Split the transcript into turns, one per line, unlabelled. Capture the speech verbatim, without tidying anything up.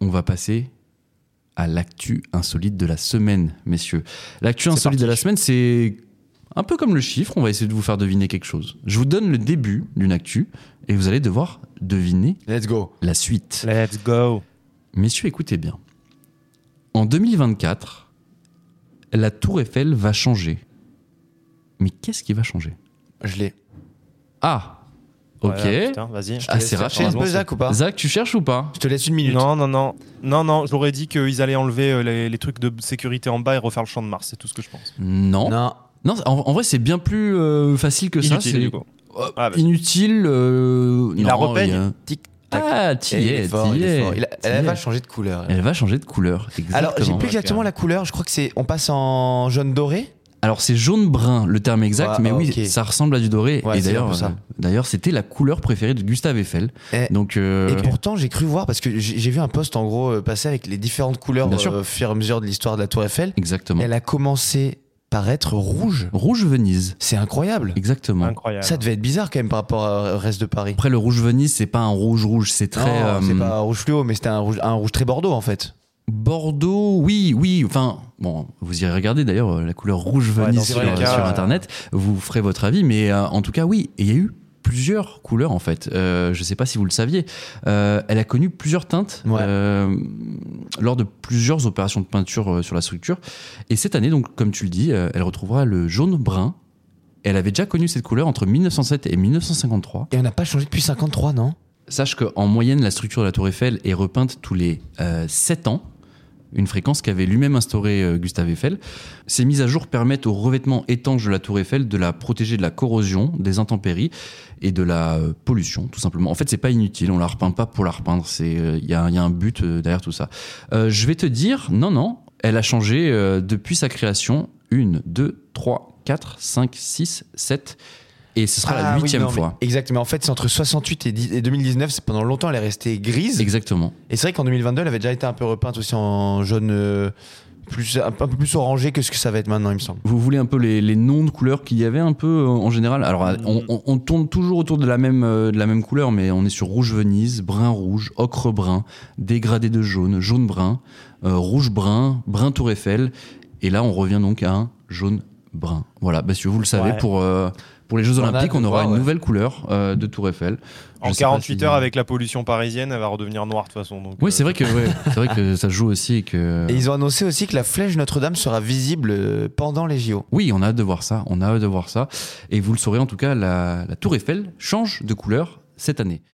on va passer à l'actu insolite de la semaine, messieurs. L'actu
C'est
insolite
parti.
de la semaine, c'est un peu comme le chiffre. On va essayer de vous faire deviner quelque chose. Je vous donne le début d'une actu et vous allez devoir deviner
Let's go.
la suite.
Let's go.
Messieurs, écoutez bien. En deux mille vingt-quatre, la Tour Eiffel va changer. Mais qu'est-ce qui va changer ?
Je l'ai.
Ah, ok.
Voilà, putain, vas-y.
Ah, c'est
chercher
rapide.
un peu Zach ou pas?
Zach, tu cherches ou pas ?
Je te laisse une minute.
Non, non, non. Non, non, j'aurais dit qu'ils allaient enlever euh, les, les trucs de sécurité en bas et refaire le champ de Mars. C'est tout ce que je pense.
Non.
Non.
Non, en, en vrai, c'est bien plus euh, facile que
Inutile,
ça.
du
C'est
coup.
euh,
Ah, bah.
inutile. euh,
Il
non,
la repeigne.
il y a-
Tic, tac.
Ah, t'y
Et il
es,
est fort,
t'y
il est
es,
fort. Il a-
t'y
Elle
es.
va changer de couleur.
Elle va changer de couleur.
Alors, j'ai
Exactement.
plus exactement la couleur. Je crois que c'est. On passe en jaune doré.
Alors c'est jaune-brun le terme exact,
Ouais,
mais oui,
ok.
ça ressemble à du doré.
Ouais,
et
c'est
d'ailleurs,
un peu ça.
euh, d'ailleurs, c'était la couleur préférée de Gustave Eiffel.
Et-
Donc, euh,
Et pourtant, j'ai cru voir, parce que j'ai j'ai vu un post en gros euh, passer avec les différentes couleurs
Bien sûr.
euh, au fur et à mesure de l'histoire de la Tour Eiffel.
exactement.
Elle a commencé par être rouge.
Rouge Venise,
C'est incroyable.
exactement.
Incroyable.
Ça devait être bizarre quand même par rapport au reste de Paris.
Après, le rouge Venise, c'est pas un rouge rouge, c'est très
Non,
euh,
c'est pas un rouge fluo, mais c'était un rouge, un rouge très bordeaux en fait.
Bordeaux. Oui, oui. Enfin, bon, vous irez regarder d'ailleurs euh, la couleur rouge
Ouais,
Venise
dans
sur,
tous les cas,
sur
euh,
internet. Vous ferez votre avis, mais euh, en tout cas, oui. Et il y a eu plusieurs couleurs en fait. Euh, je sais pas si vous le saviez. Euh, elle a connu plusieurs teintes
Ouais.
euh, lors de plusieurs opérations de peinture euh, sur la structure. Et cette année, donc, comme tu le dis, euh, elle retrouvera le jaune-brun. Elle avait déjà connu cette couleur entre mille neuf cent sept et mille neuf cent cinquante-trois.
Et on n'a pas changé depuis cinquante-trois, non?
Sache qu'en moyenne, la structure de la Tour Eiffel est repeinte tous les euh, sept ans, une fréquence qu'avait lui-même instaurée euh, Gustave Eiffel. Ces mises à jour permettent au revêtement étanche de la Tour Eiffel de la protéger de la corrosion, des intempéries et de la euh, pollution, tout simplement. En fait, c'est pas inutile, on la repeint pas pour la repeindre, il y, y a un but euh, derrière tout ça. Euh, je vais te dire, non, non, elle a changé euh, depuis sa création, une, deux, trois, quatre, cinq, six, sept... Et ce sera la
Ah oui,
huitième
non, mais
fois.
Exactement. En fait, c'est entre soixante-huit et dix et deux mille dix-neuf. C'est pendant longtemps, elle est restée grise.
Exactement.
Et c'est vrai qu'en deux mille vingt-deux, elle avait déjà été un peu repeinte aussi en jaune, euh, plus, un peu un peu plus orangé que ce que ça va être maintenant, il me semble.
Vous voulez un peu les, les noms de couleurs qu'il y avait un peu euh, en général. Alors, on, on- on tourne toujours autour de la même euh, de la même couleur, mais on est sur rouge Venise, brun rouge, ocre brun, dégradé de jaune, jaune brun, euh, rouge brun, brun Tour Eiffel. Et là, on revient donc à un jaune brun. Voilà, bah, si vous le savez,
Ouais.
pour euh, pour les Jeux
On a
Olympiques,
hâte de
on aura
voir,
une
ouais.
nouvelle couleur euh, de Tour Eiffel.
En
Je sais pas
quarante-huit
si-
heures, avec la pollution parisienne, elle va redevenir noire de toute façon. Donc,
Oui,
euh,
c'est vrai que ouais, c'est vrai que ça joue aussi et que.
Et ils ont annoncé aussi que la flèche Notre-Dame sera visible euh, pendant les J O.
Oui, on a hâte de voir ça. On a hâte de voir ça. Et vous le saurez en tout cas, la, la Tour Eiffel change de couleur cette année.